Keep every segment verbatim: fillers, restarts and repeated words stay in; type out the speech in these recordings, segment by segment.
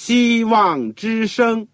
希望之声。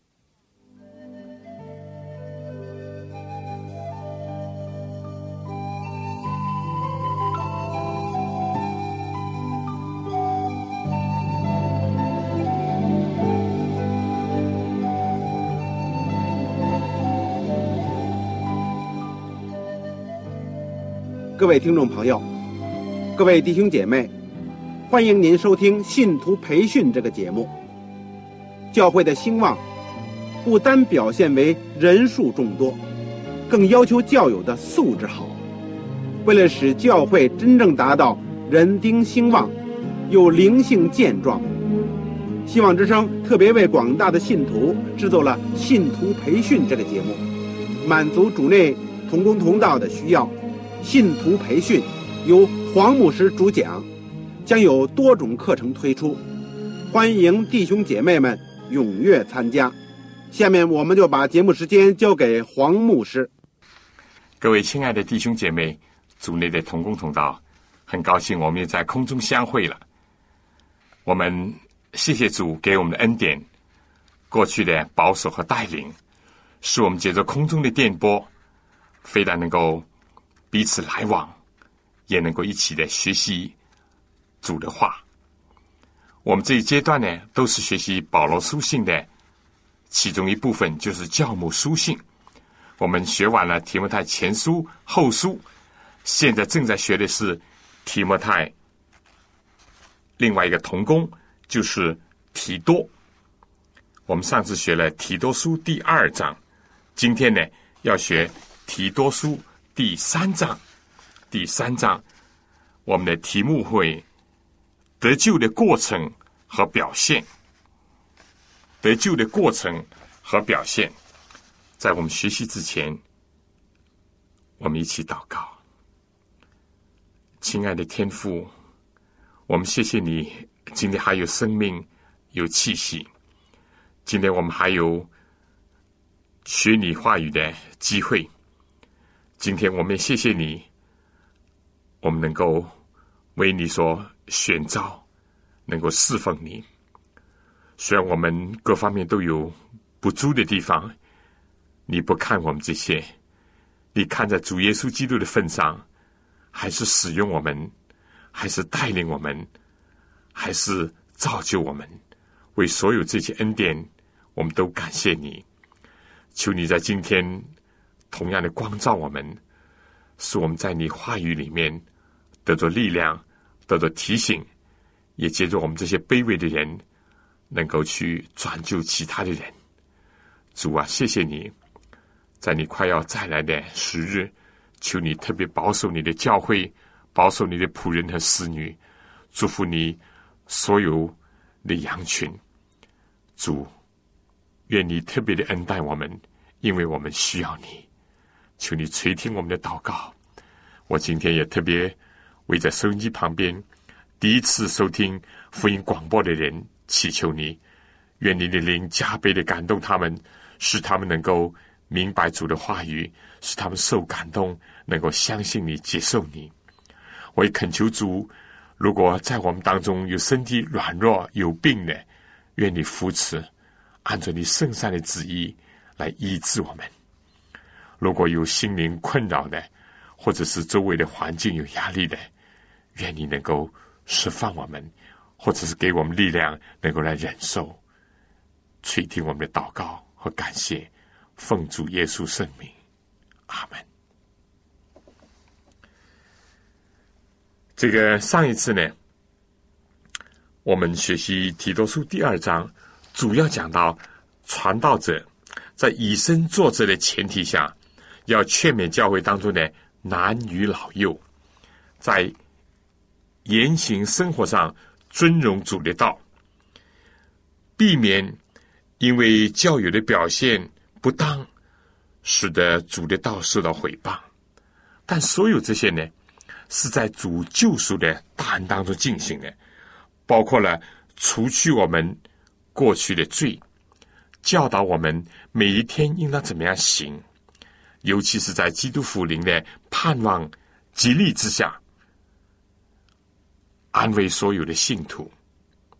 各位听众朋友，各位弟兄姐妹，欢迎您收听信徒培训这个节目。教会的兴旺不单表现为人数众多，更要求教友的素质好。为了使教会真正达到人丁兴旺又灵性健壮，希望之声特别为广大的信徒制作了信徒培训这个节目，满足主内同工同道的需要。信徒培训由黄牧师主讲，将有多种课程推出，欢迎弟兄姐妹们踊跃参加。下面我们就把节目时间交给黄牧师。 各位亲爱的弟兄姐妹，主内的同工同道，很高兴我们也在空中相会了。我们谢谢主给我们的恩典，过去的保守和带领，使我们借着空中的电波，非但能够彼此来往，也能够一起的学习主的话。我们这一阶段呢，都是学习保罗书信的其中一部分，就是教牧书信。我们学完了提摩太前书、后书，现在正在学的是提摩太另外一个同工，就是提多。我们上次学了提多书第二章，今天呢要学提多书第三章。第三章我们的题目会得救的过程和表现。得救的过程和表现。在我们学习之前，我们一起祷告。亲爱的天父，我们谢谢你今天还有生命，有气息，今天我们还有学你话语的机会。今天我们也谢谢你，我们能够为你所选召，能够侍奉你。虽然我们各方面都有不足的地方，你不看我们这些，你看在主耶稣基督的份上，还是使用我们，还是带领我们，还是造就我们。为所有这些恩典，我们都感谢你。求你在今天同样的光照我们，使我们在你话语里面得着力量，得着提醒，也借着我们这些卑微的人，能够去转救其他的人。主啊，谢谢你，在你快要再来的时日，求你特别保守你的教会，保守你的仆人和使女，祝福你所有的羊群。主，愿你特别的恩待我们，因为我们需要你。求你垂听我们的祷告。我今天也特别为在收音机旁边第一次收听福音广播的人祈求你，愿你的灵加倍的感动他们，使他们能够明白主的话语，使他们受感动，能够相信你，接受你。我也恳求主，如果在我们当中有身体软弱有病的，愿你扶持，按照你圣善的旨意来医治我们。如果有心灵困扰的，或者是周围的环境有压力的，愿你能够释放我们，或者是给我们力量，能够来忍受。垂听我们的祷告和感谢，奉主耶稣圣名，阿们。这个上一次呢，我们学习提多书第二章，主要讲到传道者在以身作则的前提下，要劝勉教会当中的男女老幼，在言行生活上尊荣主的道，避免因为教友的表现不当，使得主的道受到毁谤。但所有这些呢，是在主救赎的大恩当中进行的，包括了除去我们过去的罪，教导我们每一天应当怎么样行，尤其是在基督福临的盼望激励之下，安慰所有的信徒，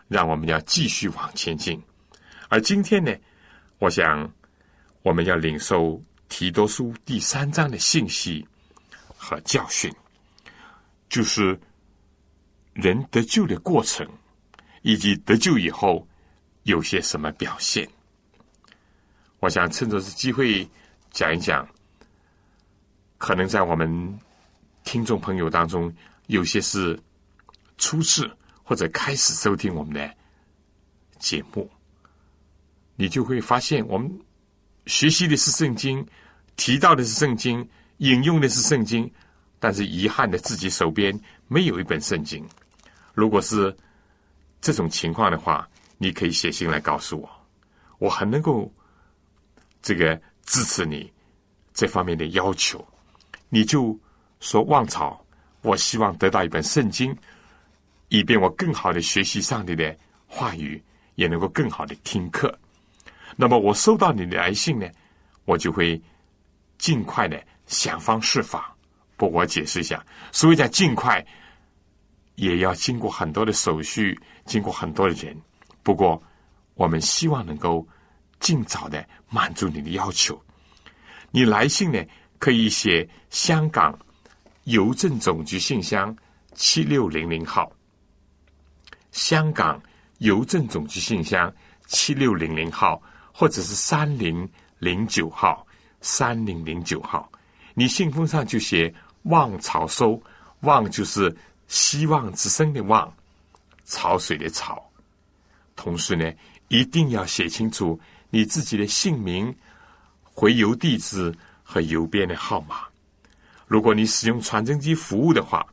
让我们要继续往前进。而今天呢，我想我们要领受提多书第三章的信息和教训，就是人得救的过程，以及得救以后有些什么表现。我想趁着这机会讲一讲，可能在我们听众朋友当中，有些是初次或者开始收听我们的节目，你就会发现我们学习的是圣经，提到的是圣经，引用的是圣经，但是遗憾的自己手边没有一本圣经。如果是这种情况的话，你可以写信来告诉我，我很能够这个支持你这方面的要求。你就说旺草，我希望得到一本圣经，以便我更好的学习上帝的话语，也能够更好的听课。那么我收到你的来信呢，我就会尽快的想方设法。不过我解释一下，所谓在尽快，也要经过很多的手续，经过很多的人。不过我们希望能够尽早的满足你的要求。你来信呢，可以写香港邮政总局信箱七六零零号，香港邮政总局信箱七六零零号，或者是三零零九号，三零零九号。你信封上就写望草收，望就是希望之声的望，潮水的潮。同时呢，一定要写清楚你自己的姓名、回邮地址和邮编的号码。如果你使用传真机服务的话，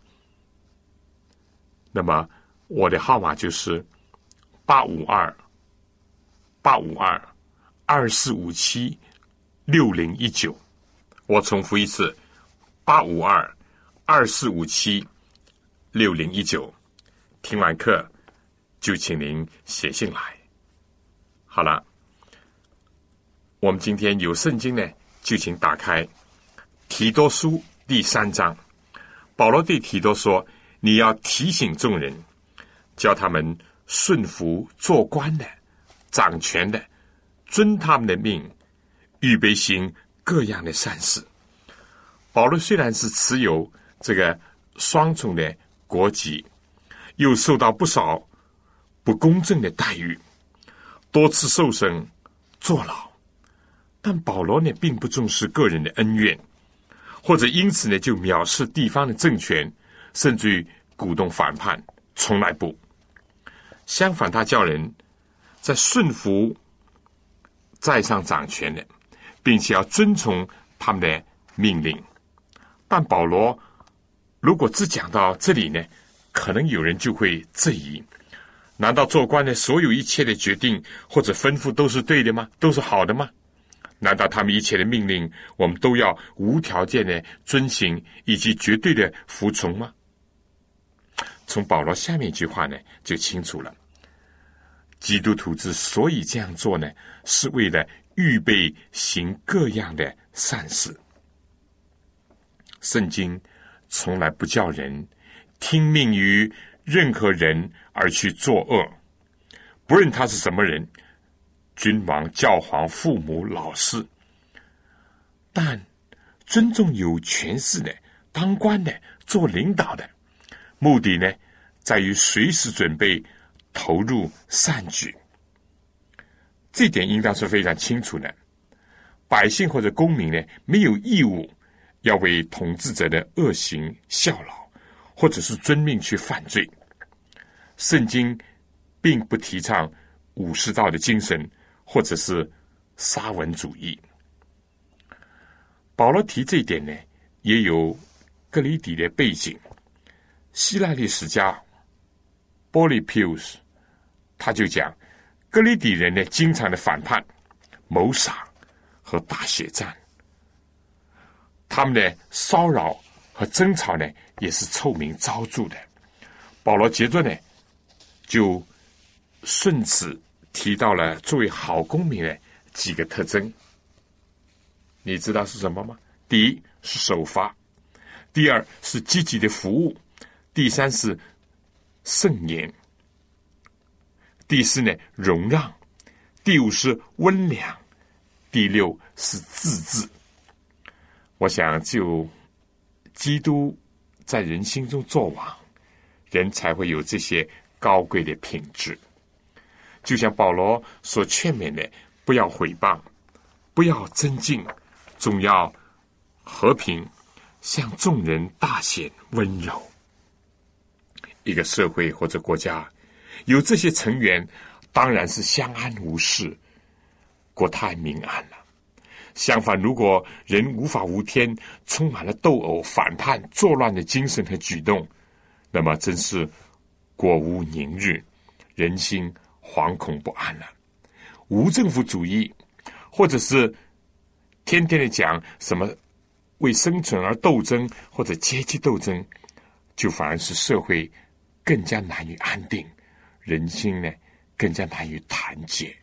那么我的号码就是八五二八五二二四五七六零一九。我重复一次，八五二二四五七六零一九。听完课就请您写信来。好了，我们今天有圣经呢，就请打开提多书第三章。保罗对提多说，你要提醒众人，叫他们顺服做官的、掌权的，遵他们的命，预备行各样的善事。保罗虽然是持有这个双重的国籍，又受到不少不公正的待遇，多次受审坐牢，但保罗呢并不重视个人的恩怨，或者因此呢就藐视地方的政权，甚至于鼓动反叛，从来不。相反，他叫人在顺服在上掌权的，并且要遵从他们的命令。但保罗如果只讲到这里呢，可能有人就会质疑，难道做官的所有一切的决定或者吩咐都是对的吗？都是好的吗？难道他们一切的命令我们都要无条件的遵行以及绝对的服从吗？从保罗下面一句话呢就清楚了，基督徒之所以这样做呢，是为了预备行各样的善事。圣经从来不叫人听命于任何人而去作恶，不论他是什么人，君王、教皇、父母、老师，但尊重有权势的、当官的、做领导的，目的呢，在于随时准备投入善举。这点应当是非常清楚的。百姓或者公民呢，没有义务要为统治者的恶行效劳，或者是遵命去犯罪。圣经并不提倡武士道的精神，或者是沙文主义。保罗提这一点呢，也有格里底的背景。希腊历史家波利庇乌斯他就讲，格里底人呢经常的反叛、谋杀和大血战，他们的骚扰和争吵呢也是臭名昭著的。保罗接着呢就顺此提到了作为好公民的几个特征。你知道是什么吗？第一是守法，第二是积极的服务，第三是圣言。 第四呢，容让；第五是温良；第六是自治。我想，只有基督在人心中作王，人才会有这些高贵的品质。就像保罗所劝勉的，不要毁谤，不要争竞，总要和平，向众人大显温柔。一个社会或者国家有这些成员，当然是相安无事，国泰民安了。相反，如果人无法无天，充满了斗殴、反叛、作乱的精神和举动，那么真是国无宁日，人心惶恐不安了。无政府主义，或者是天天的讲什么为生存而斗争，或者阶级斗争，就反而是社会更加难于安定，人心呢更加难于团结。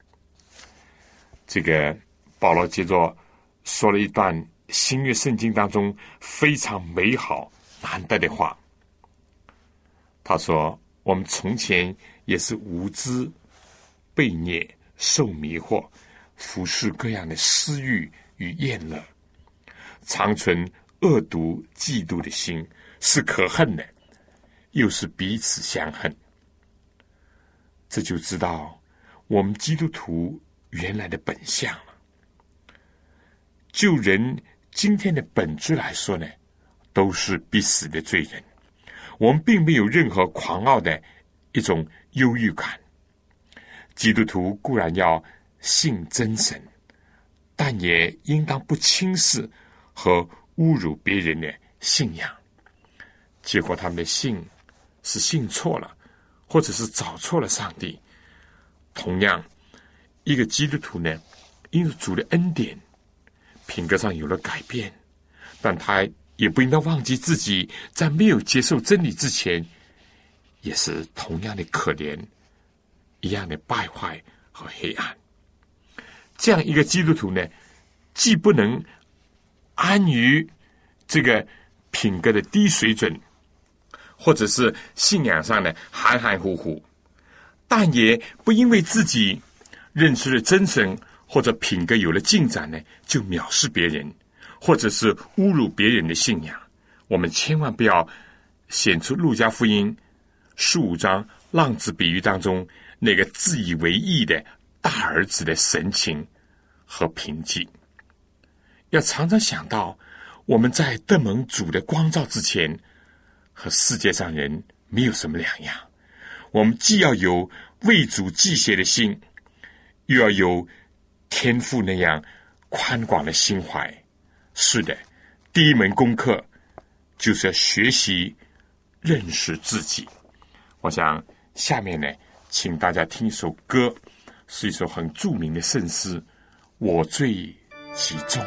这个保罗接着说了一段新约圣经当中非常美好难得的话。他说，我们从前也是无知、悖逆、受迷惑，服侍各样的私欲与厌乐，常存恶毒嫉妒的心，是可恨的，又是彼此相恨。这就知道我们基督徒原来的本相了。就人今天的本质来说呢，都是必死的罪人。我们并没有任何狂傲的一种忧郁感。基督徒固然要信真神，但也应当不轻视和侮辱别人的信仰。结果他们的信是信错了，或者是找错了上帝。同样，一个基督徒呢，因着主的恩典，品格上有了改变，但他也不应该忘记自己在没有接受真理之前，也是同样的可怜，一样的败坏和黑暗。这样一个基督徒呢，既不能安于这个品格的低水准，或者是信仰上呢含含糊糊，但也不因为自己认识了真神或者品格有了进展呢，就藐视别人，或者是侮辱别人的信仰。我们千万不要显出路加福音十五章浪子比喻当中那个自以为义的大儿子的神情和凭记。要常常想到，我们在得蒙主的光照之前，和世界上人没有什么两样。我们既要有为主祭邪的心，又要有天父那样宽广的心怀。是的，第一门功课就是要学习认识自己。我想下面呢，请大家听一首歌，是一首很著名的圣诗《我罪其中》。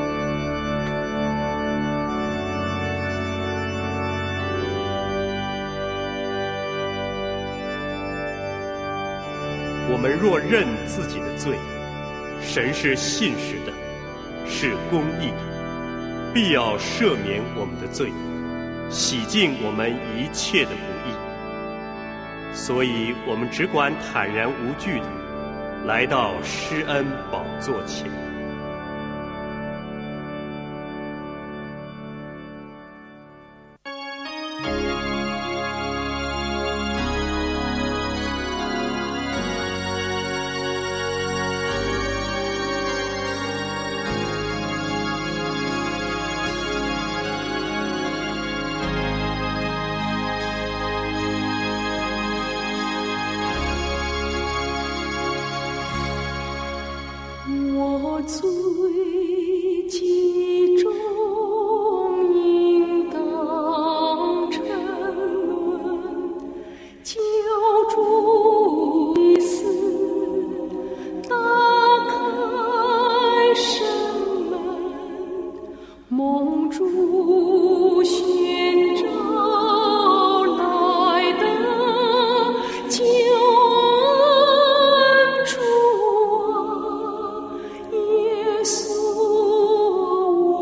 我们若认自己的罪，神是信实的，是公义的，必要赦免我们的罪，洗净我们一切的不义。所以我们只管坦然无惧的来到施恩宝座前。 我罪其中应当沉沦，救主的死，打开生门，蒙主宣召来的救恩主啊，耶稣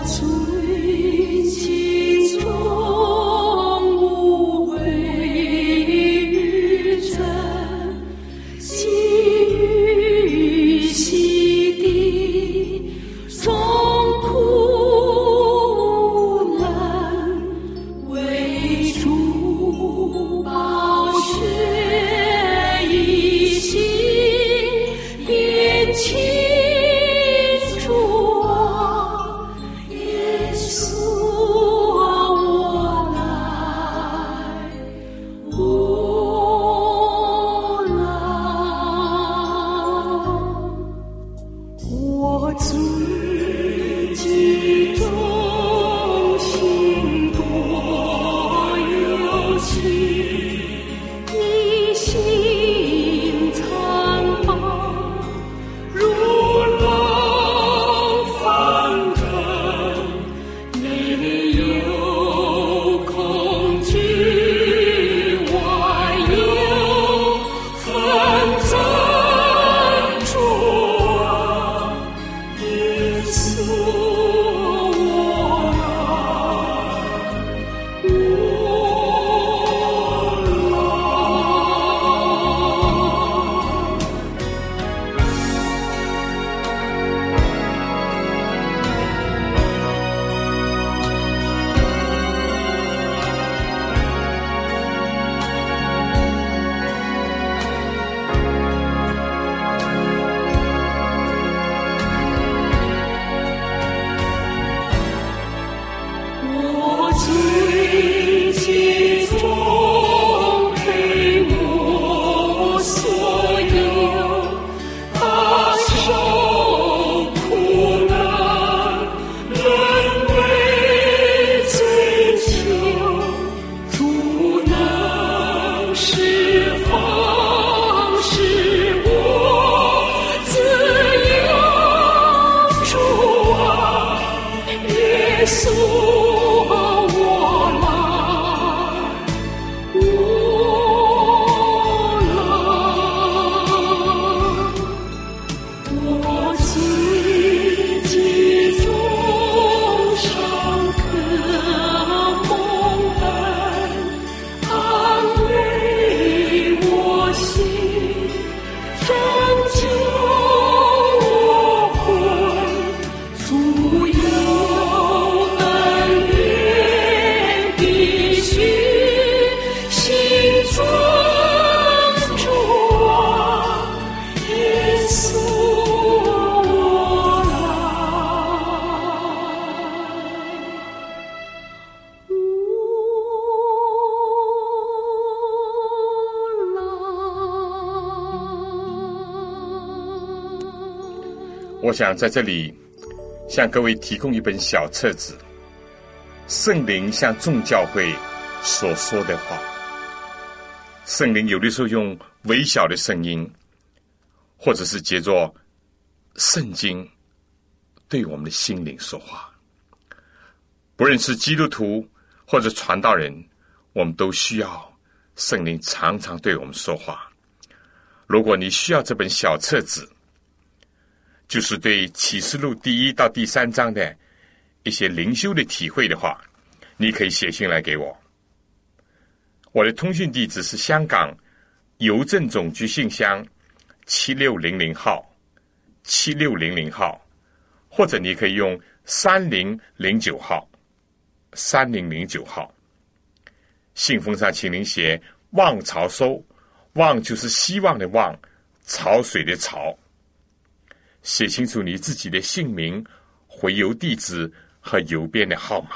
我想在这里向各位提供一本小册子，圣灵向众教会所说的话。圣灵有的时候用微小的声音，或者是借着圣经对我们的心灵说话。不论是基督徒或者传道人，我们都需要圣灵常常对我们说话。如果你需要这本小册子，就是对启示录第一到第三章的一些灵修的体会的话，你可以写信来给我。我的通讯地址是香港邮政总局信箱七六零零号，七六零零号，或者你可以用三零零九号，三零零九号。信封上请您写望潮收，望就是希望的望，潮水的潮。写清楚你自己的姓名、回邮地址和邮编的号码。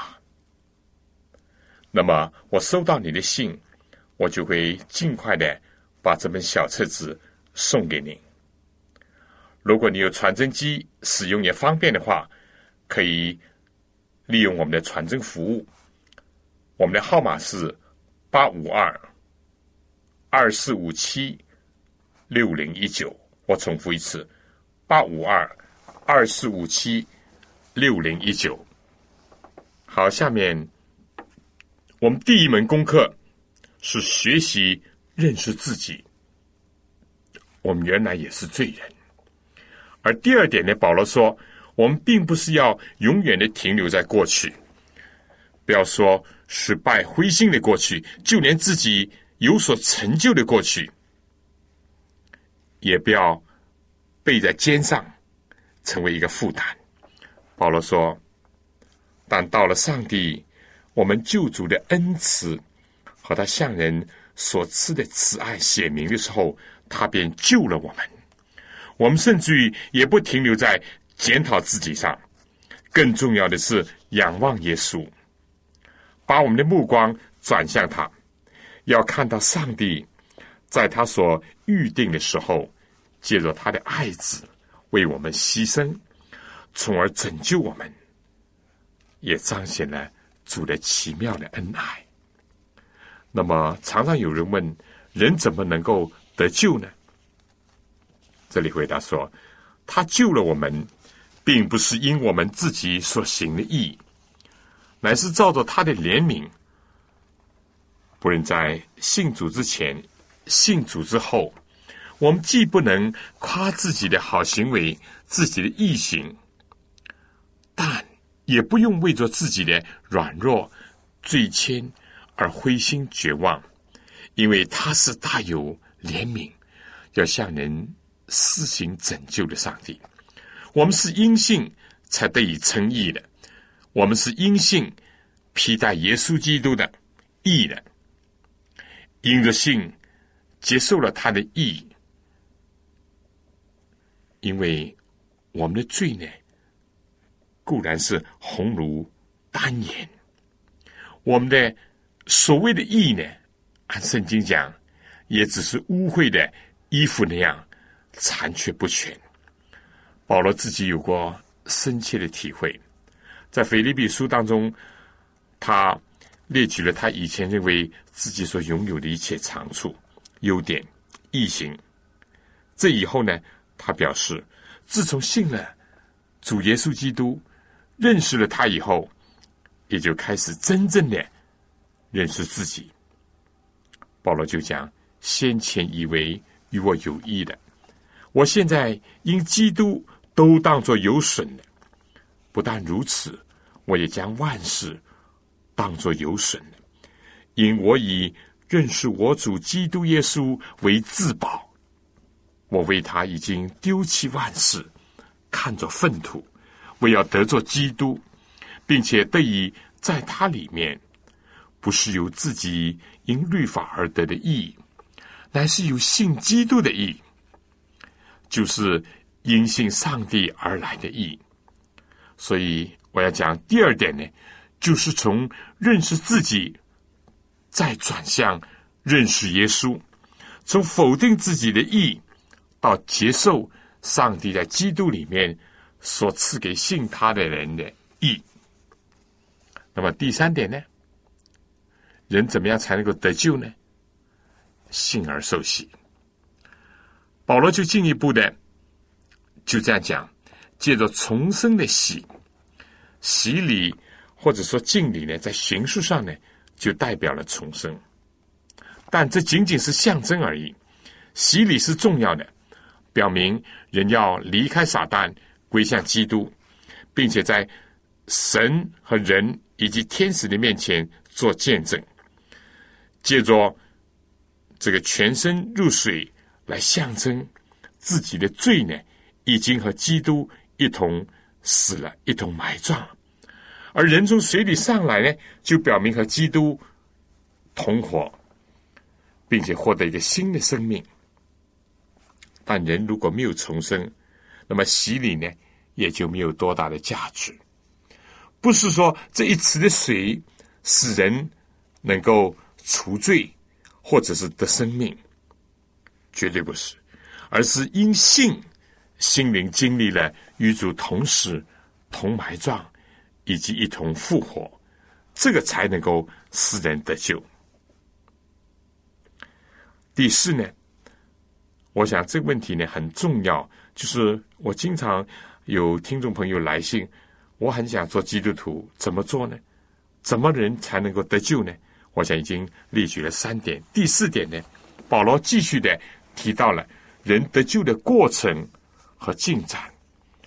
那么我收到你的信，我就会尽快的把这本小册子送给您。如果你有传真机，使用也方便的话，可以利用我们的传真服务。我们的号码是八五二二四五七六零一九。我重复一次。八五二二四五七六零一九。好，下面我们第一门功课是学习认识自己。我们原来也是罪人。而第二点呢，保罗说， 我们并不是要永远的停留在过去，不要说失败灰心的过去，就连自己有所成就的过去，也不要背在肩上，成为一个负担。保罗说，但到了上帝我们救主的恩慈和他向人所赐的慈爱显明的时候，他便救了我们。我们甚至于也不停留在检讨自己上，更重要的是仰望耶稣，把我们的目光转向他，要看到上帝在他所预定的时候，借着他的爱子为我们牺牲，从而拯救我们，也彰显了主的奇妙的恩爱。那么常常有人问，人怎么能够得救呢？这里回答说，他救了我们，并不是因我们自己所行的义，乃是照着他的怜悯。不论在信主之前，信主之后，我们既不能夸自己的好行为，自己的义行，但也不用为着自己的软弱罪愆而灰心绝望，因为他是大有怜悯，要向人施行拯救的上帝。我们是因信才得以称义的，我们是因信披戴耶稣基督的义的，因着信接受了他的义。因为我们的罪呢，固然是红如丹颜，我们的所谓的义呢，按圣经讲，也只是污秽的衣服那样残缺不全。保罗自己有过深切的体会，在腓立比书当中，他列举了他以前认为自己所拥有的一切长处、优点、义行。这以后呢，他表示，自从信了主耶稣基督，认识了他以后，也就开始真正的认识自己。保罗就讲，先前以为与我有益的，我现在因基督都当作有损的。不但如此，我也将万事当作有损的，因我以认识我主基督耶稣为至宝。我为他已经丢弃万事，看作粪土，为要得作基督，并且得以在他里面，不是由自己因律法而得的义，乃是由信基督的义，就是因信上帝而来的义。所以我要讲第二点呢，就是从认识自己再转向认识耶稣，从否定自己的义到接受上帝在基督里面所赐给信他的人的义。那么第三点呢，人怎么样才能够得救呢？信而受洗。保罗就进一步的就这样讲，借着重生的洗，洗礼或者说敬礼呢，在形式上呢就代表了重生，但这仅仅是象征而已。洗礼是重要的，表明人要离开撒旦，归向基督，并且在神和人以及天使的面前做见证，借着这个全身入水来象征自己的罪呢，已经和基督一同死了，一同埋葬。而人从水里上来呢，就表明和基督同活，并且获得一个新的生命。但人如果没有重生，那么洗礼呢，也就没有多大的价值。不是说这一池的水使人能够除罪或者是得生命，绝对不是，而是因信心灵经历了与主同死、同埋葬以及一同复活，这个才能够使人得救。第四呢，我想这个问题呢很重要，就是我经常有听众朋友来信，我很想做基督徒，怎么做呢？怎么人才能够得救呢？我想已经列举了三点。第四点呢，保罗继续的提到了人得救的过程和进展。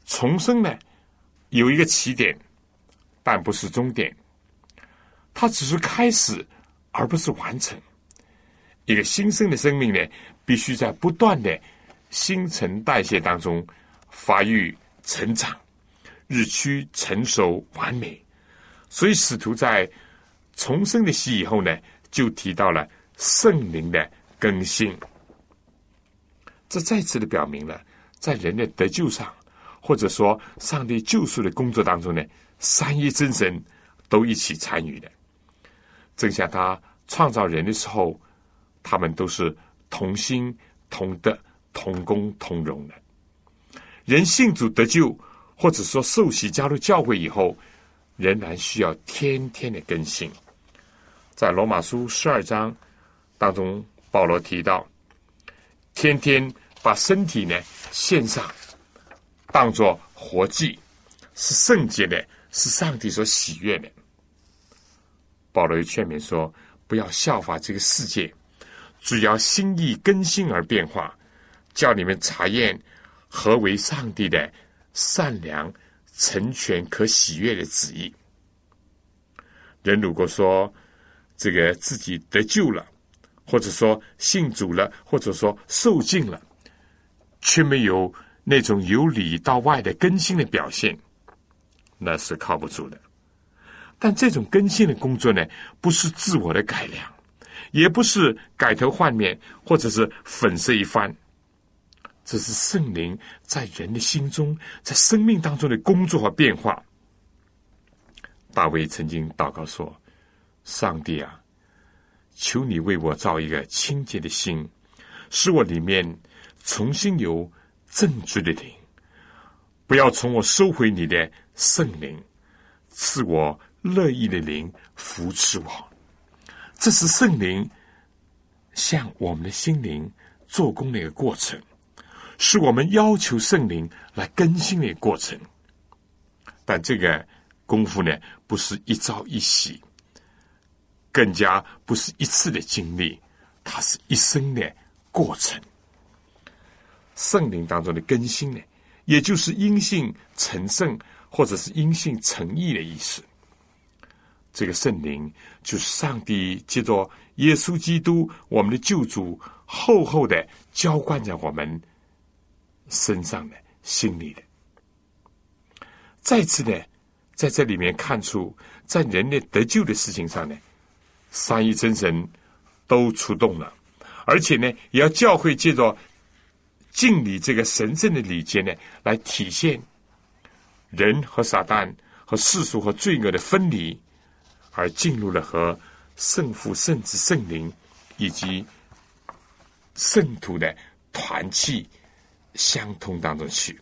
重生呢，有一个起点，但不是终点，它只是开始，而不是完成。一个新生的生命呢，必须在不断的新陈代谢当中发育成长，日趋成熟完美。所以使徒在重生的喜以后呢，就提到了圣灵的更新。这再次的表明了，在人的得救上，或者说上帝救赎的工作当中呢，三一真神都一起参与的。正像他创造人的时候，他们都是同心同德同工同荣的。人信主得救，或者说受洗加入教会以后，仍然需要天天的更新。在罗马书十二章当中，保罗提到，天天把身体呢献上，当作活祭，是圣洁的，是上帝所喜悦的。保罗又劝勉说，不要效法这个世界，只要心意更新而变化，叫你们查验何为上帝的善良、成全、可喜悦的旨意。人如果说这个自己得救了，或者说信主了，或者说受尽了，却没有那种由里到外的更新的表现，那是靠不住的。但这种更新的工作呢，不是自我的改良，也不是改头换面，或者是粉饰一番，这是圣灵在人的心中，在生命当中的工作和变化。大卫曾经祷告说，上帝啊，求你为我造一个清洁的心，使我里面重新有正直的灵，不要从我收回你的圣灵，赐我乐意的灵扶持我。这是圣灵向我们的心灵做工的一个过程，是我们要求圣灵来更新的一个过程。但这个功夫呢，不是一朝一夕，更加不是一次的经历，它是一生的过程。圣灵当中的更新呢，也就是因信成圣，或者是因信成义的意思。这个圣灵就是上帝借着耶稣基督我们的救主，厚厚的浇灌在我们身上的心里的。再次呢，在这里面看出，在人类得救的事情上呢，三一真神都出动了，而且呢，也要教会借着敬礼这个神圣的礼节呢，来体现人和撒旦和世俗和罪恶的分离，而进入了和圣父、圣子、圣灵以及圣徒的团契相通当中去。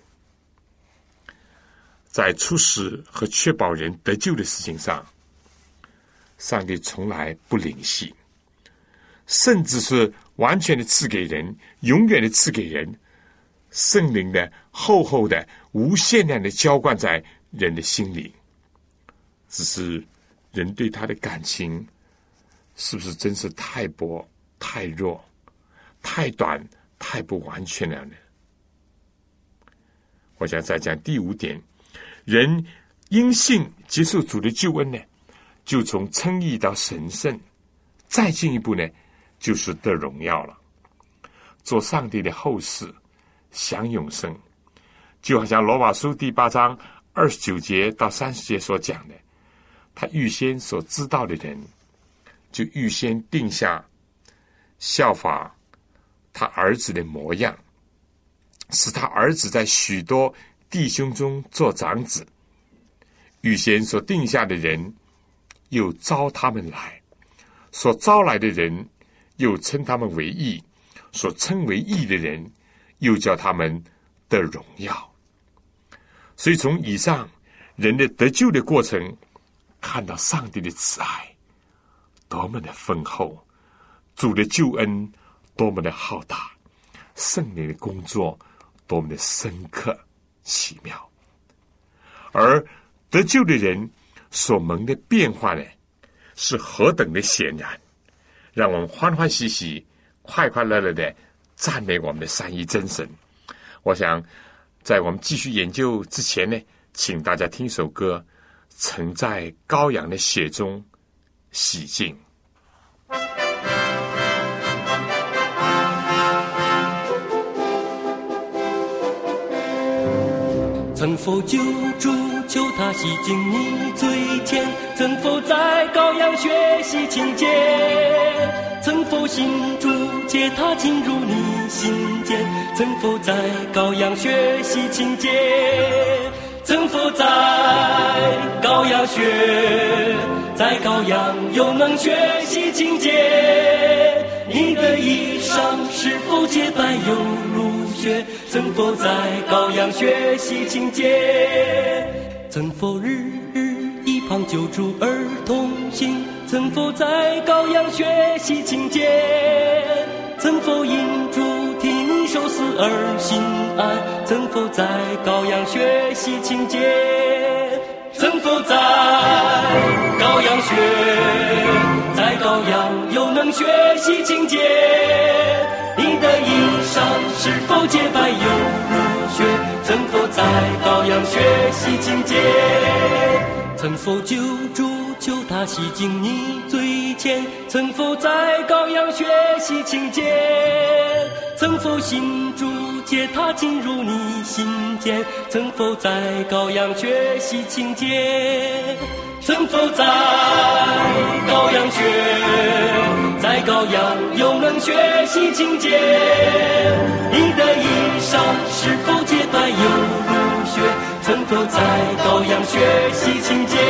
在出使和确保人得救的事情上，上帝从来不吝惜，甚至是完全的赐给人，永远的赐给人，圣灵的厚厚的无限量的浇灌在人的心里。只是人对他的感情是不是真是太薄、太弱、太短、太不完全了呢？我想再讲第五点，人因信接受主的救恩呢，就从称义到神圣，再进一步呢，就是得荣耀了，做上帝的后嗣，享永生。就好像罗马书第八章二十九节到三十节所讲的，他预先所知道的人，就预先定下效法他儿子的模样，使他儿子在许多弟兄中做长子。预先所定下的人，又招他们来；所招来的人，又称他们为义；所称为义的人，又叫他们得荣耀。所以从以上人的得救的过程，看到上帝的慈爱多么的丰厚，主的救恩多么的浩大，圣灵的工作多么的深刻奇妙。而得救的人所蒙的变化呢，是何等的显然，让我们欢欢喜喜、快快乐乐的赞美我们的三一真神。我想在我们继续研究之前呢，请大家听首歌，曾在羔羊的血中洗净。 曾否救主，求他洗净你罪愆？曾否在羔羊血洗清洁？曾否信主，接他进入你心间？曾否在羔羊血洗清洁？曾否在羔羊血，在羔羊又能血洗清洁？你的衣裳是否洁白又如雪？曾否在羔羊血洗清洁？曾否日日一旁救助儿童行？曾否在羔羊血洗清洁？曾否因主替你受死而心安？曾否在羔羊血洗清洁？曾否在羔羊血，在羔羊又能血洗清洁？你的衣裳是否洁白又如雪？曾否在羔羊血洗清洁？曾否救主，求他洗净你罪愆？曾否在羔羊血洗清洁？曾否信主，接他进入你心间？曾否在羔羊血洗清洁？曾否在羔羊血，在羔羊又能血洗清洁？你的衣裳是否洁白又如雪？曾否在羔羊血洗清洁？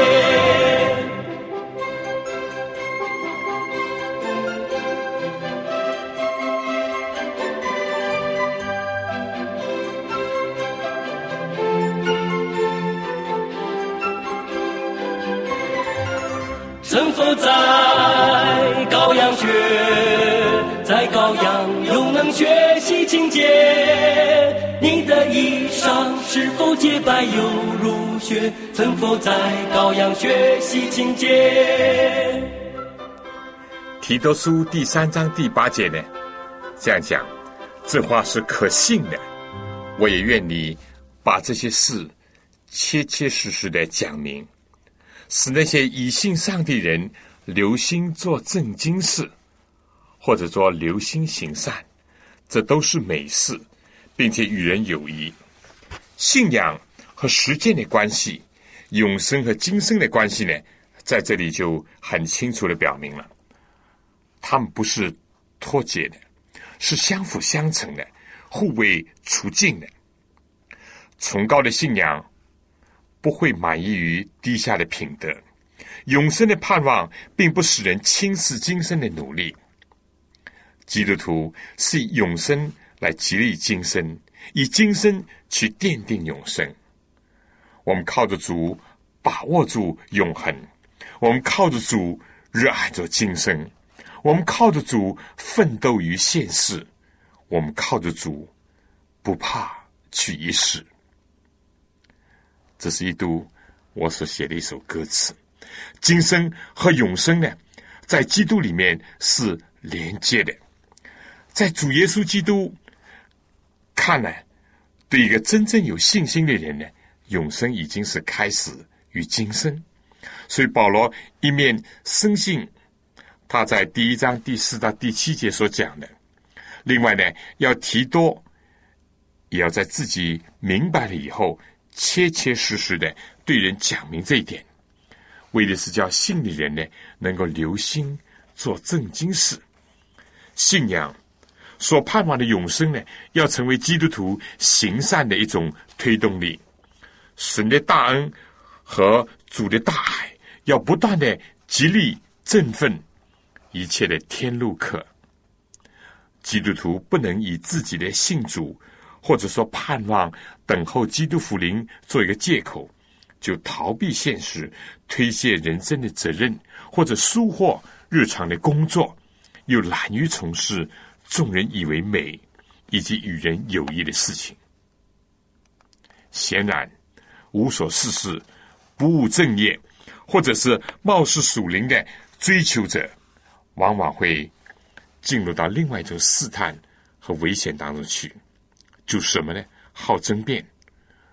曾否在羔羊血，在羔羊又能血洗清洁？你的衣裳是否洁白又如雪？曾否在羔羊血洗清洁？ 提多书第三章第八节呢，这样讲，这话是可信的。我也愿你把这些事切切实实的讲明，使那些以信上帝人留心做正经事，或者说留心行善，这都是美事，并且与人有益。信仰和实践的关系，永生和今生的关系呢，在这里就很清楚地表明了，他们不是脱节的，是相辅相成的，互为促进的。崇高的信仰不会满意于低下的品德，永生的盼望并不使人轻视今生的努力。基督徒是以永生来激励今生，以今生去奠定永生。我们靠着主把握住永恒，我们靠着主热爱着今生，我们靠着主奋斗于现世，我们靠着主不怕去一试。这是一读我所写的一首歌词。今生和永生呢，在基督里面是连接的。在主耶稣基督看来，对一个真正有信心的人呢，永生已经是开始与今生。所以保罗一面深信他在第一章第四到第七节所讲的，另外呢，要提多也要在自己明白了以后切切实实的对人讲明这一点，为的是叫信的人呢能够留心做正经事。信仰所盼望的永生呢，要成为基督徒行善的一种推动力。神的大恩和主的大爱要不断的激励振奋一切的天路客。基督徒不能以自己的信主或者说盼望等候基督福临做一个借口，就逃避现实，推卸人生的责任，或者疏忽日常的工作，又懒于从事众人以为美以及与人有益的事情。显然无所事事、不务正业，或者是貌似属灵的追求者，往往会进入到另外一种试探和危险当中去。就什么呢？好争辩，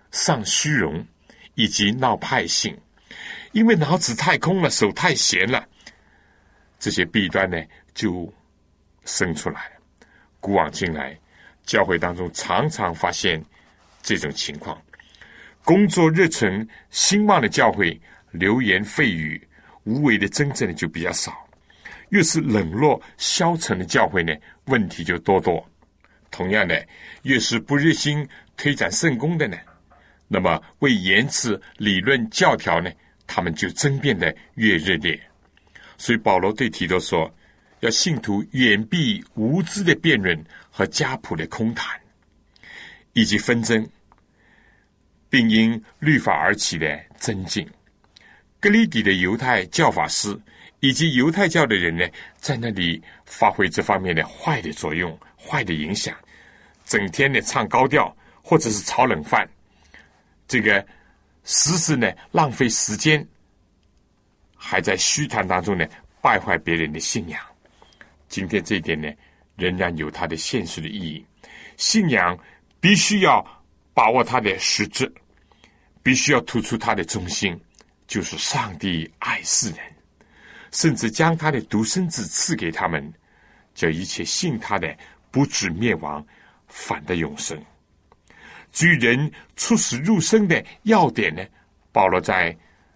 丧虚荣以及闹派性，因为脑子太空了，手太闲了，这些弊端呢就生出来了。古往今来，教会当中常常发现这种情况，工作热忱兴旺的教会，流言蜚语无谓的争执呢就比较少，越是冷落消沉的教会呢，问题就多多。同样的，越是不热心推展圣工的呢，那么为言辞理论教条呢，他们就争辩的越热烈。所以保罗对提多说，要信徒远避无知的辩论和家谱的空谈，以及纷争，并因律法而起的增进。哥利底的犹太教法师以及犹太教的人呢，在那里发挥这方面的坏的作用、坏的影响，整天呢唱高调或者是炒冷饭，这个时时呢浪费时间，还在虚谈当中呢败坏别人的信仰。今天这一点呢，仍然有它的现实的意义。信仰必须要把握它的实质，必须要突出它的中心，就是上帝爱世人，甚至将他的独生子赐给他们，叫一切信他的不至灭亡，反得永生。至于人出死入生的要点呢，保罗在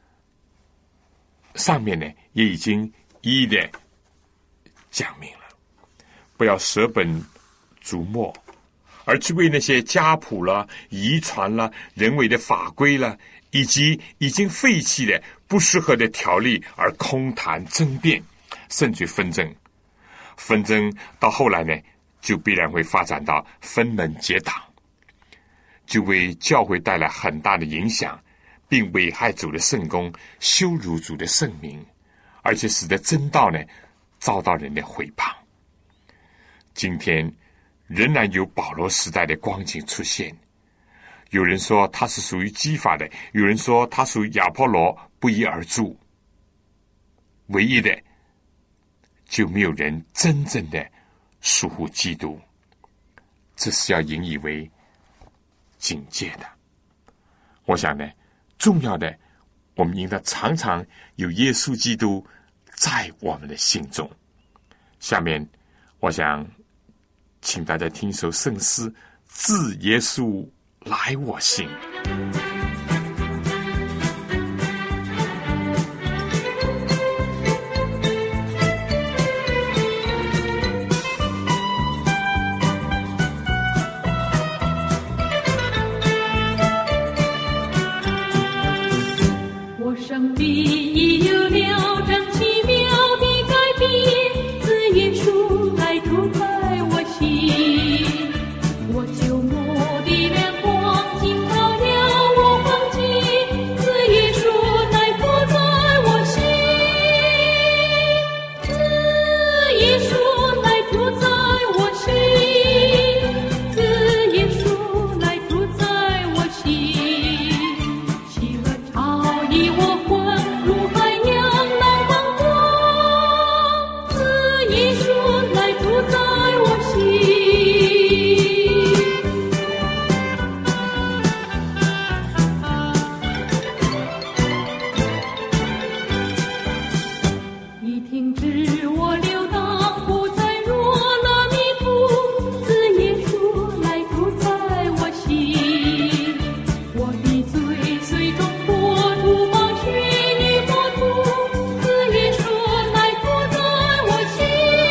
上面呢也已经一一的讲明了。不要舍本逐末，而去为那些家谱了、遗传了、人为的法规了，以及已经废弃的不适合的条例而空谈争辩，甚至纷争。纷争到后来呢，就必然会发展到分门结党，就为教会带来很大的影响，并危害主的圣工，羞辱主的圣名，而且使得真道呢遭到人的毁谤。今天仍然有保罗时代的光景出现，有人说他是属于基法的，有人说他属于亚波罗，不一而足。唯一的就没有人真正的属乎基督，这是要引以为警戒的。我想呢，重要的我们应当常常有耶稣基督在我们的心中。下面我想请大家听一首圣诗，自耶稣来我心。 我生命已有了这奇妙的改变，自耶稣来住在我心，我旧梦的脸光景照亮我环境，自耶稣来住在我心，自耶稣来住在我心，自耶稣来住在我心。我魂如海洋浪茫光，自耶稣来住在我心。你停止我流荡，不再落了迷途，自耶稣来住在我心。我的罪随中国土保全与国土，自耶稣来住在我心，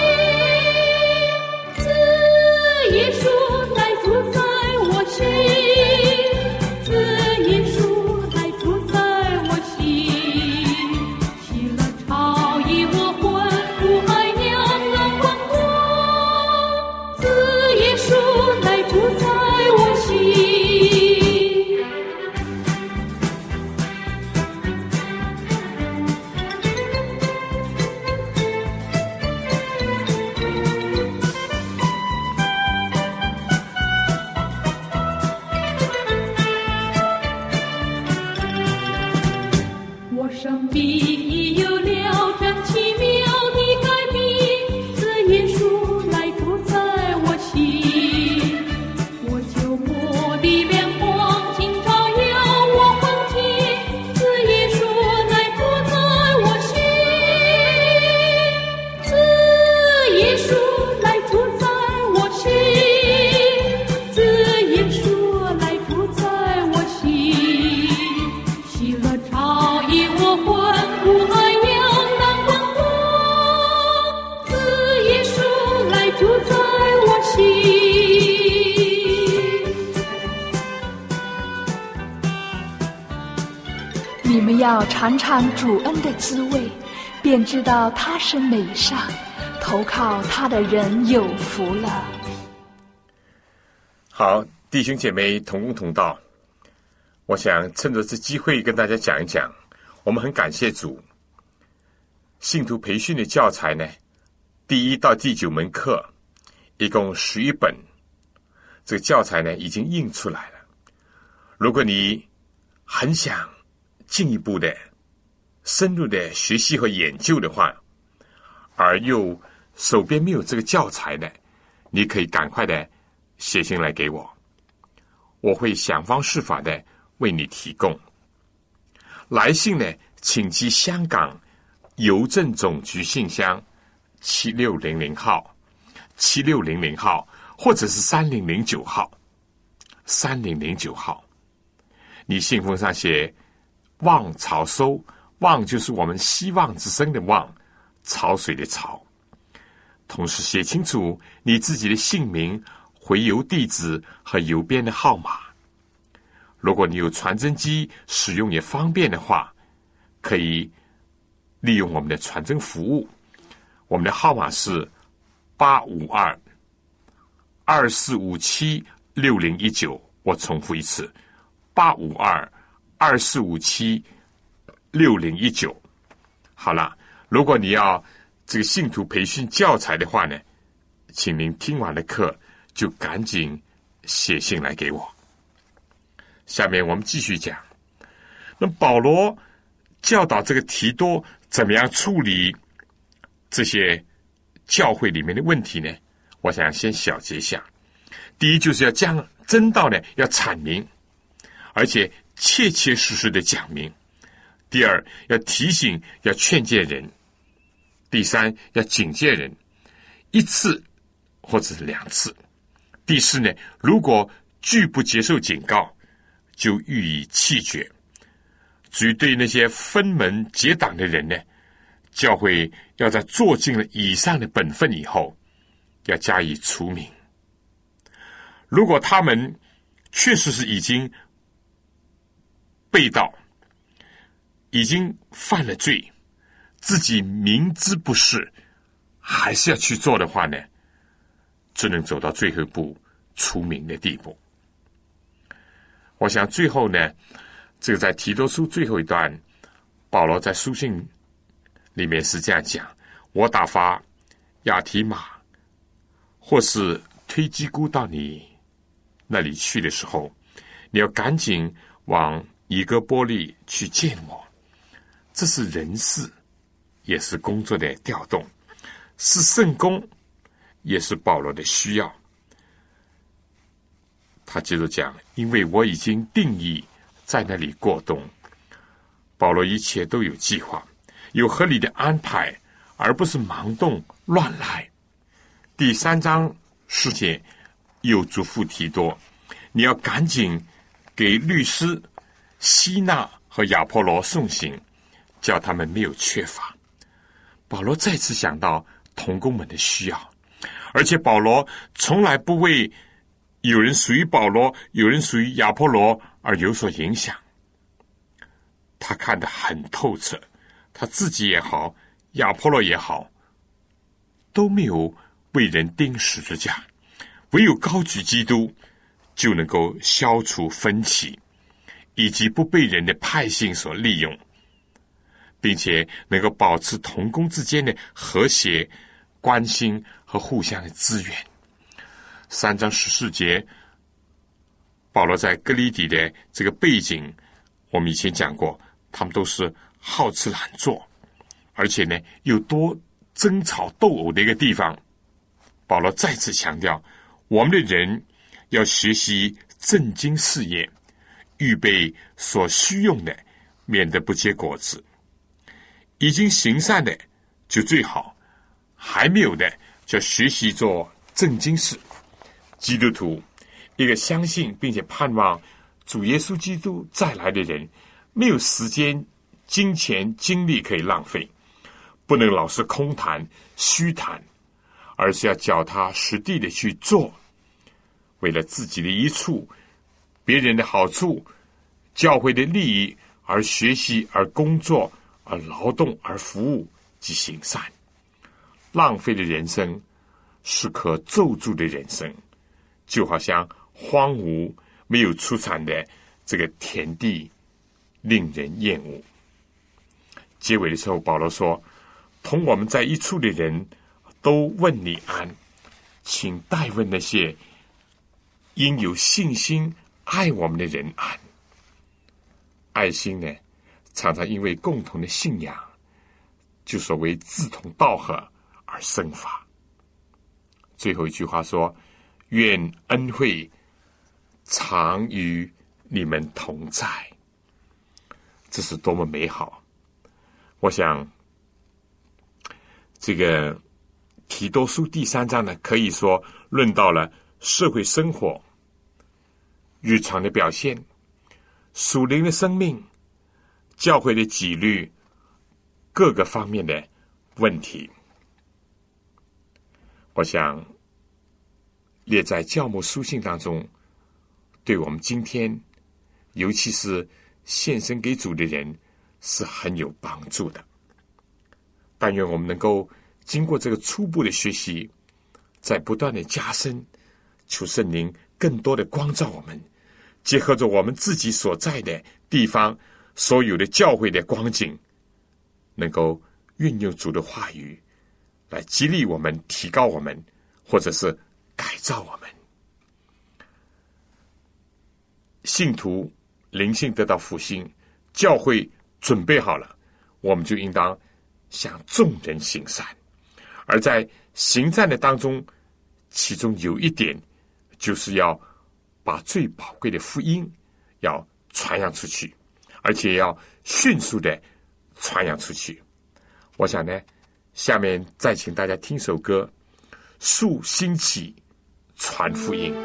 自耶稣来住在我心，自耶稣来住在我心。喜乐潮溢我魂，如海洋浪宽阔，自耶稣来住在我心。我生命已有了这奇妙的改变，自耶稣来住在我心，我旧梦的脸光景照我魂不爱要难忘我，子耶稣来住在我心。 你们要尝尝主恩的滋味，便知道他是美善，投靠他的人有福了。 好，弟兄姐妹同工同道，我想趁着这机会跟大家讲一讲，我们很感谢主，信徒培训的教材呢，第一到第九门课一共十一本，这个教材呢已经印出来了。如果你很想进一步的深入的学习和研究的话，而又手边没有这个教材呢，你可以赶快的写信来给我，我会想方设法的为你提供。来信呢，请寄香港邮政总局信箱七六零零号七六零零号，或者是三零零九号三零零九号。你信封上写望潮收，望就是我们希望之声的望，潮水的潮。同时写清楚你自己的姓名、回邮地址和邮编的号码。如果你有传真机使用也方便的话，可以利用我们的传真服务。我们的号码是八五二二四五七六零一九，我重复一次，八五二二四五七六零一九。好了，如果你要这个信徒培训教材的话呢，请您听完了课就赶紧写信来给我。下面我们继续讲，那保罗教导这个提多怎么样处理这些教会里面的问题呢？我想先小结一下。第一，就是要将真道呢要阐明，而且切切实实的讲明。第二，要提醒，要劝诫人。第三，要警戒人，一次或者是两次。第四呢，如果拒不接受警告，就予以弃绝。至于对那些分门结党的人呢，教会要在做尽了以上的本分以后，要加以除名。如果他们确实是已经背道，已经犯了罪，自己明知不是，还是要去做的话呢，只能走到最后一步，除名的地步。我想最后呢，这个在提多书最后一段，保罗在书信里面是这样讲：我打发亚提马或是推基古到你那里去的时候，你要赶紧往以哥波利去见我。这是人事，也是工作的调动，是圣工，也是保罗的需要。他接着讲，因为我已经定义在那里过冬。保罗一切都有计划，有合理的安排，而不是盲动乱来。第三章十节又嘱咐提多，你要赶紧给律师希纳和亚波罗送行，叫他们没有缺乏。保罗再次想到同工们的需要，而且保罗从来不为有人属于保罗，有人属于亚波罗而有所影响。他看得很透彻，他自己也好，亚波罗也好，都没有为人钉十字架，唯有高举基督，就能够消除分歧，以及不被人的派性所利用，并且能够保持同工之间的和谐、关心和互相的支援。三章十四节，保罗在哥林底的这个背景，我们以前讲过，他们都是好吃懒做，而且呢又多争吵斗殴的一个地方。保罗再次强调，我们的人要学习正经事业，预备所需用的，免得不结果子。已经行善的就最好，还没有的就学习做正经事。基督徒，一个相信并且盼望主耶稣基督再来的人，没有时间金钱、精力可以浪费，不能老是空谈、虚谈，而是要脚踏实地的去做，为了自己的益处、别人的好处、教会的利益而学习、而工作、而劳动、而服务及行善。浪费的人生是可咒诅的人生，就好像荒芜没有出产的这个田地，令人厌恶。结尾的时候，保罗说：同我们在一处的人都问你安，请代问那些因有信心爱我们的人安。爱心呢，常常因为共同的信仰，就所谓志同道合而生发。最后一句话说：愿恩惠常与你们同在。这是多么美好！我想这个提多书第三章呢，可以说论到了社会生活、日常的表现、属灵的生命、教会的纪律各个方面的问题。我想列在教牧书信当中，对我们今天尤其是献身给主的人是很有帮助的。但愿我们能够经过这个初步的学习，在不断的加深，求圣灵更多的光照我们，结合着我们自己所在的地方所有的教会的光景，能够运用主的话语来激励我们、提高我们，或者是改造我们。信徒灵性得到复兴，教会准备好了，我们就应当向众人行善。而在行善的当中，其中有一点就是要把最宝贵的福音要传扬出去，而且要迅速的传扬出去。我想呢，下面再请大家听首歌，树兴起传福音。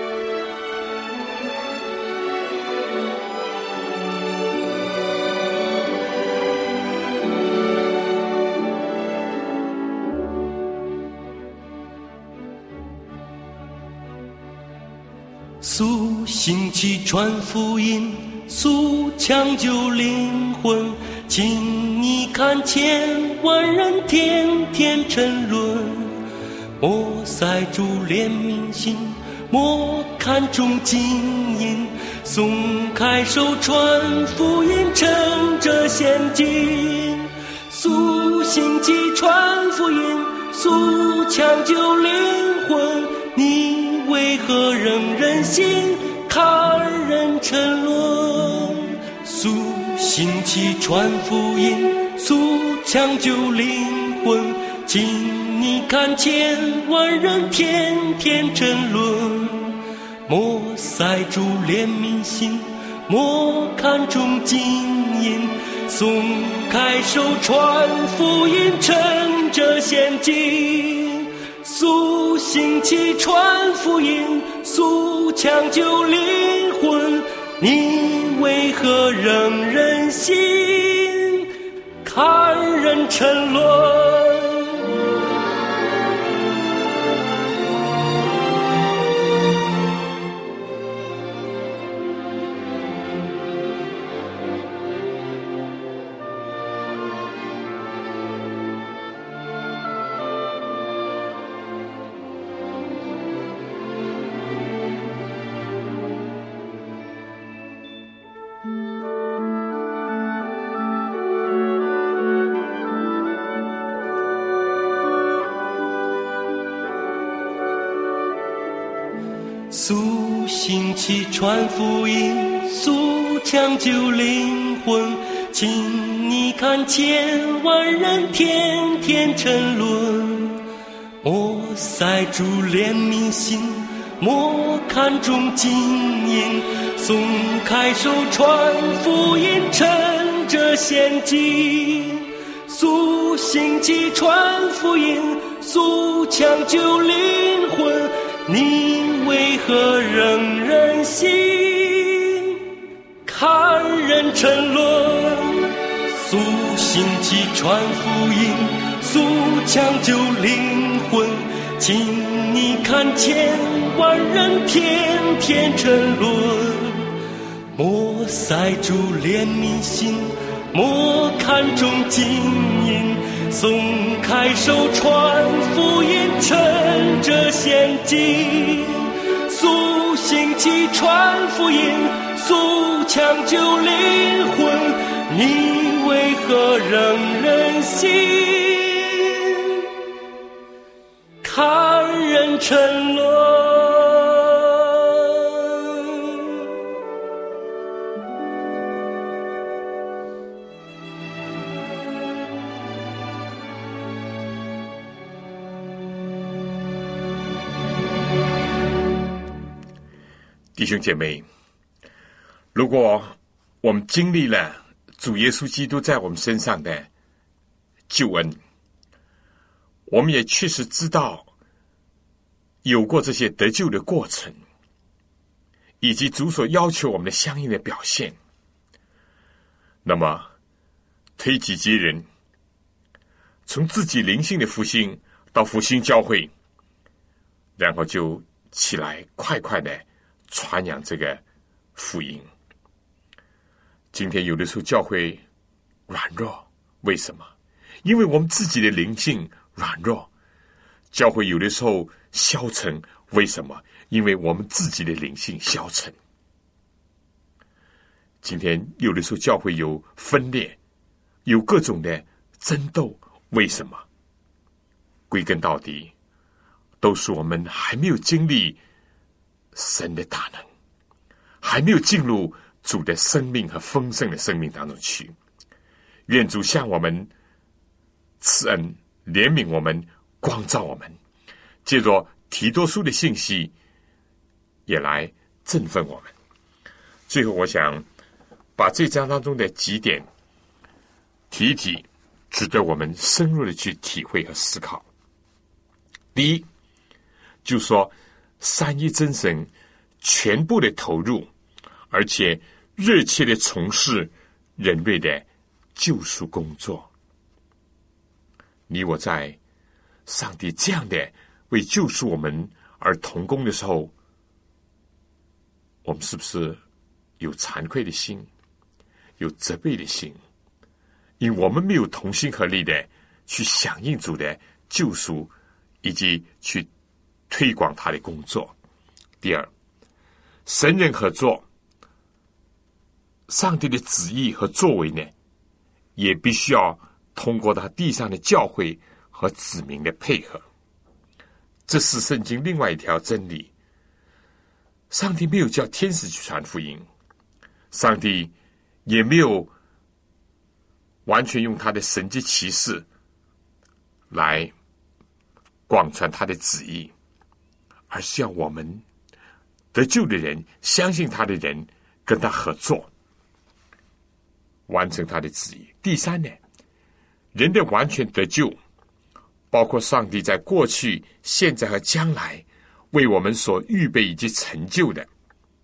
苏兴起传福音，苏抢救灵魂，请你看千万人天天沉沦。莫塞住怜悯心，莫看重金银，松开手传福音，趁着现今。苏兴起传福音，苏抢救灵魂，你为何仍忍心看人沉沦？苏兴起传福音，苏抢救灵魂，请你看千万人天天沉沦。莫塞住怜悯心，莫看重金银，松开手传福音，趁着现今。苏兴起传福音，苏抢救灵魂，你为何仍忍心看人沉沦？苏兴起传福音，苏抢救灵魂，请你看千万人天天沉沦。莫塞住怜悯心，莫看重金银，松开手传福音，趁着现今。苏兴起传福音，苏抢救灵魂，你为何仍忍心看人沉沦？ 苏醒起传福音，苏抢救灵魂。请你看千万人天天沉沦，莫塞住怜悯心，莫看重金银，松开手传福音，趁着现今。苏醒起传福音，苏抢救灵魂，你为何仍忍心看人沉沦？ 弟兄姐妹，如果我们经历了主耶稣基督在我们身上的救恩，我们也确实知道有过这些得救的过程，以及主所要求我们的相应的表现，那么推己及人，从自己灵性的复兴到复兴教会，然后就起来快快的传扬这个福音。今天有的时候教会软弱，为什么？因为我们自己的灵性软弱。教会有的时候消沉，为什么？因为我们自己的灵性消沉。今天有的时候教会有分裂，有各种的争斗，为什么？归根到底，都是我们还没有经历神的大能，还没有进入主的生命和丰盛的生命当中去。愿主向我们赐恩，怜悯我们，光照我们，借着提多书的信息也来振奋我们。最后我想把这章当中的几点提一提，值得我们深入的去体会和思考。第一，就说三一真神全部的投入，而且热切的从事人类的救赎工作。你我在上帝这样的为救赎我们而同工的时候，我们是不是有惭愧的心，有责备的心？因为我们没有同心合力的去响应主的救赎，以及去推广他的工作。第二，神人合作，上帝的旨意和作为呢，也必须要通过他地上的教会和子民的配合。这是圣经另外一条真理。上帝没有叫天使去传福音，上帝也没有完全用他的神迹奇事来广传他的旨意，而是要我们得救的人，相信他的人，跟他合作，完成他的旨意。第三呢，人的完全得救，包括上帝在过去、现在和将来为我们所预备以及成就的。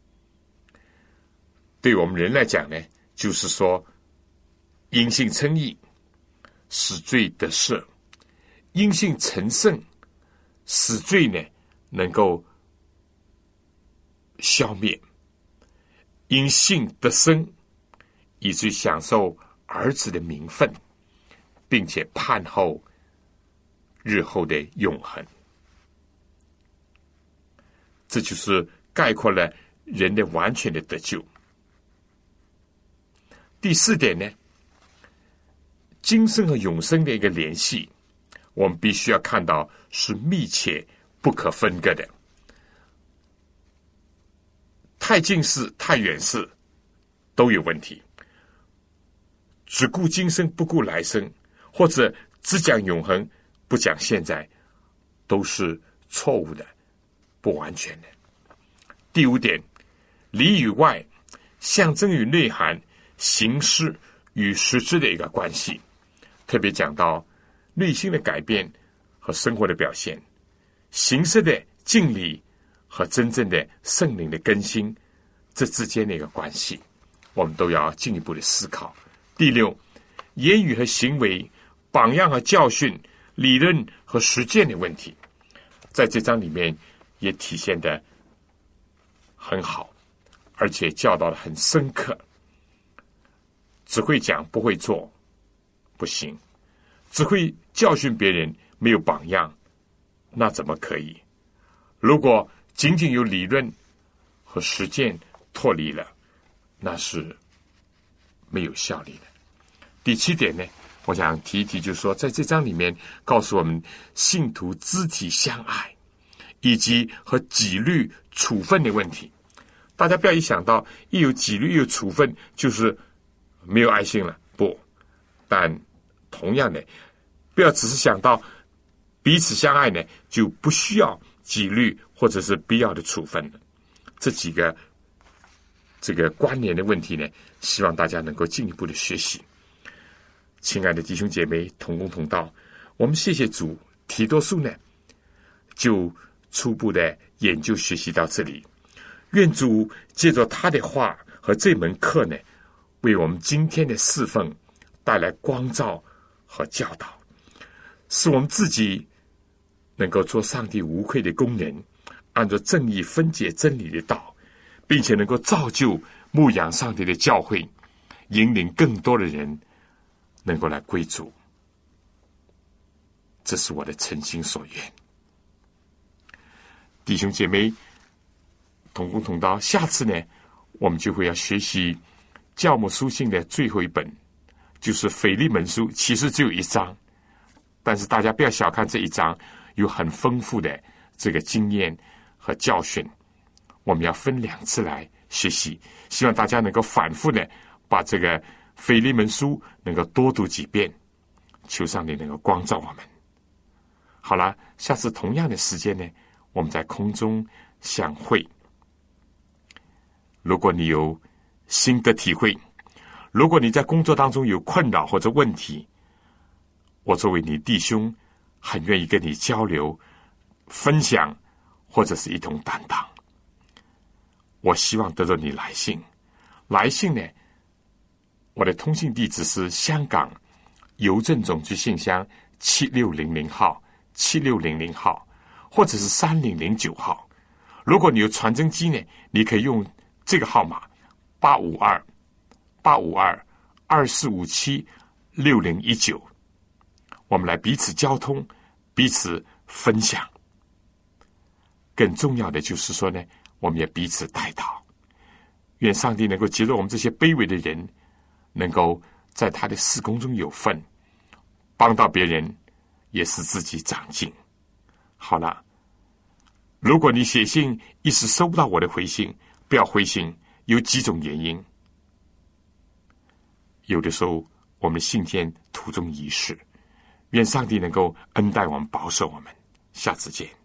对我们人来讲呢，就是说因信称义，使罪得赦；因信成圣，使罪呢能够消灭；因信得生，以至于享受儿子的名分，并且盼候日后的永恒。这就是概括了人的完全的得救。第四点呢，今生和永生的一个联系，我们必须要看到是密切不可分割的。太近视、太远视都有问题，只顾今生不顾来生，或者只讲永恒不讲现在，都是错误的，不完全的。第五点，里与外，象征与内涵，形式与实质的一个关系，特别讲到内心的改变和生活的表现，形式的敬礼和真正的圣灵的更新，这之间的一个关系，我们都要进一步的思考。第六， 言语和行为、榜样和教训、理论和实践的问题，在这章里面也体现得很好，而且教导得很深刻。只会讲不会做不行，只会教训别人没有榜样，那怎么可以？如果仅仅有理论和实践脱离了，那是没有效力的。第七点呢，我想提一提，就是说在这章里面告诉我们信徒肢体相爱以及和纪律处分的问题。大家不要一想到一有纪律一有处分就是没有爱心了，不，但同样的，不要只是想到彼此相爱呢就不需要纪律或者是必要的处分了。这几个这个关联的问题呢，希望大家能够进一步的学习。亲爱的弟兄姐妹，同工同道，我们谢谢主，提多书呢就初步的研究学习到这里。愿主借着他的话和这门课呢，为我们今天的侍奉带来光照和教导，使我们自己能够做上帝无愧的工人，按照正义分解真理的道，并且能够造就牧养上帝的教会，引领更多的人能够来归主。这是我的诚心所愿。弟兄姐妹，同工同道，下次呢，我们就会要学习教牧书信的最后一本，就是腓利门书，其实只有一章，但是大家不要小看这一章，有很丰富的这个经验和教训。我们要分两次来学习，希望大家能够反复的把这个腓利门书能够多读几遍，求上帝能够光照我们。好了，下次同样的时间呢，我们在空中相会。如果你有新的体会，如果你在工作当中有困扰或者问题，我作为你弟兄，很愿意跟你交流、分享，或者是一同担当。我希望得到你来信，来信呢，我的通信地址是香港邮政总局信箱七六零零号，七六零零号，或者是三零零九号。如果你有传真机呢，你可以用这个号码八五二八五二二四五七六零一九，我们来彼此交通，彼此分享。更重要的就是说呢，我们也彼此代祷，愿上帝能够接受我们这些卑微的人，能够在他的事工中有份，帮到别人，也使自己长进。好了，如果你写信一时收不到我的回信，不要灰心，有几种原因。有的时候我们信件途中遗失，愿上帝能够恩待我们，保守我们。下次见。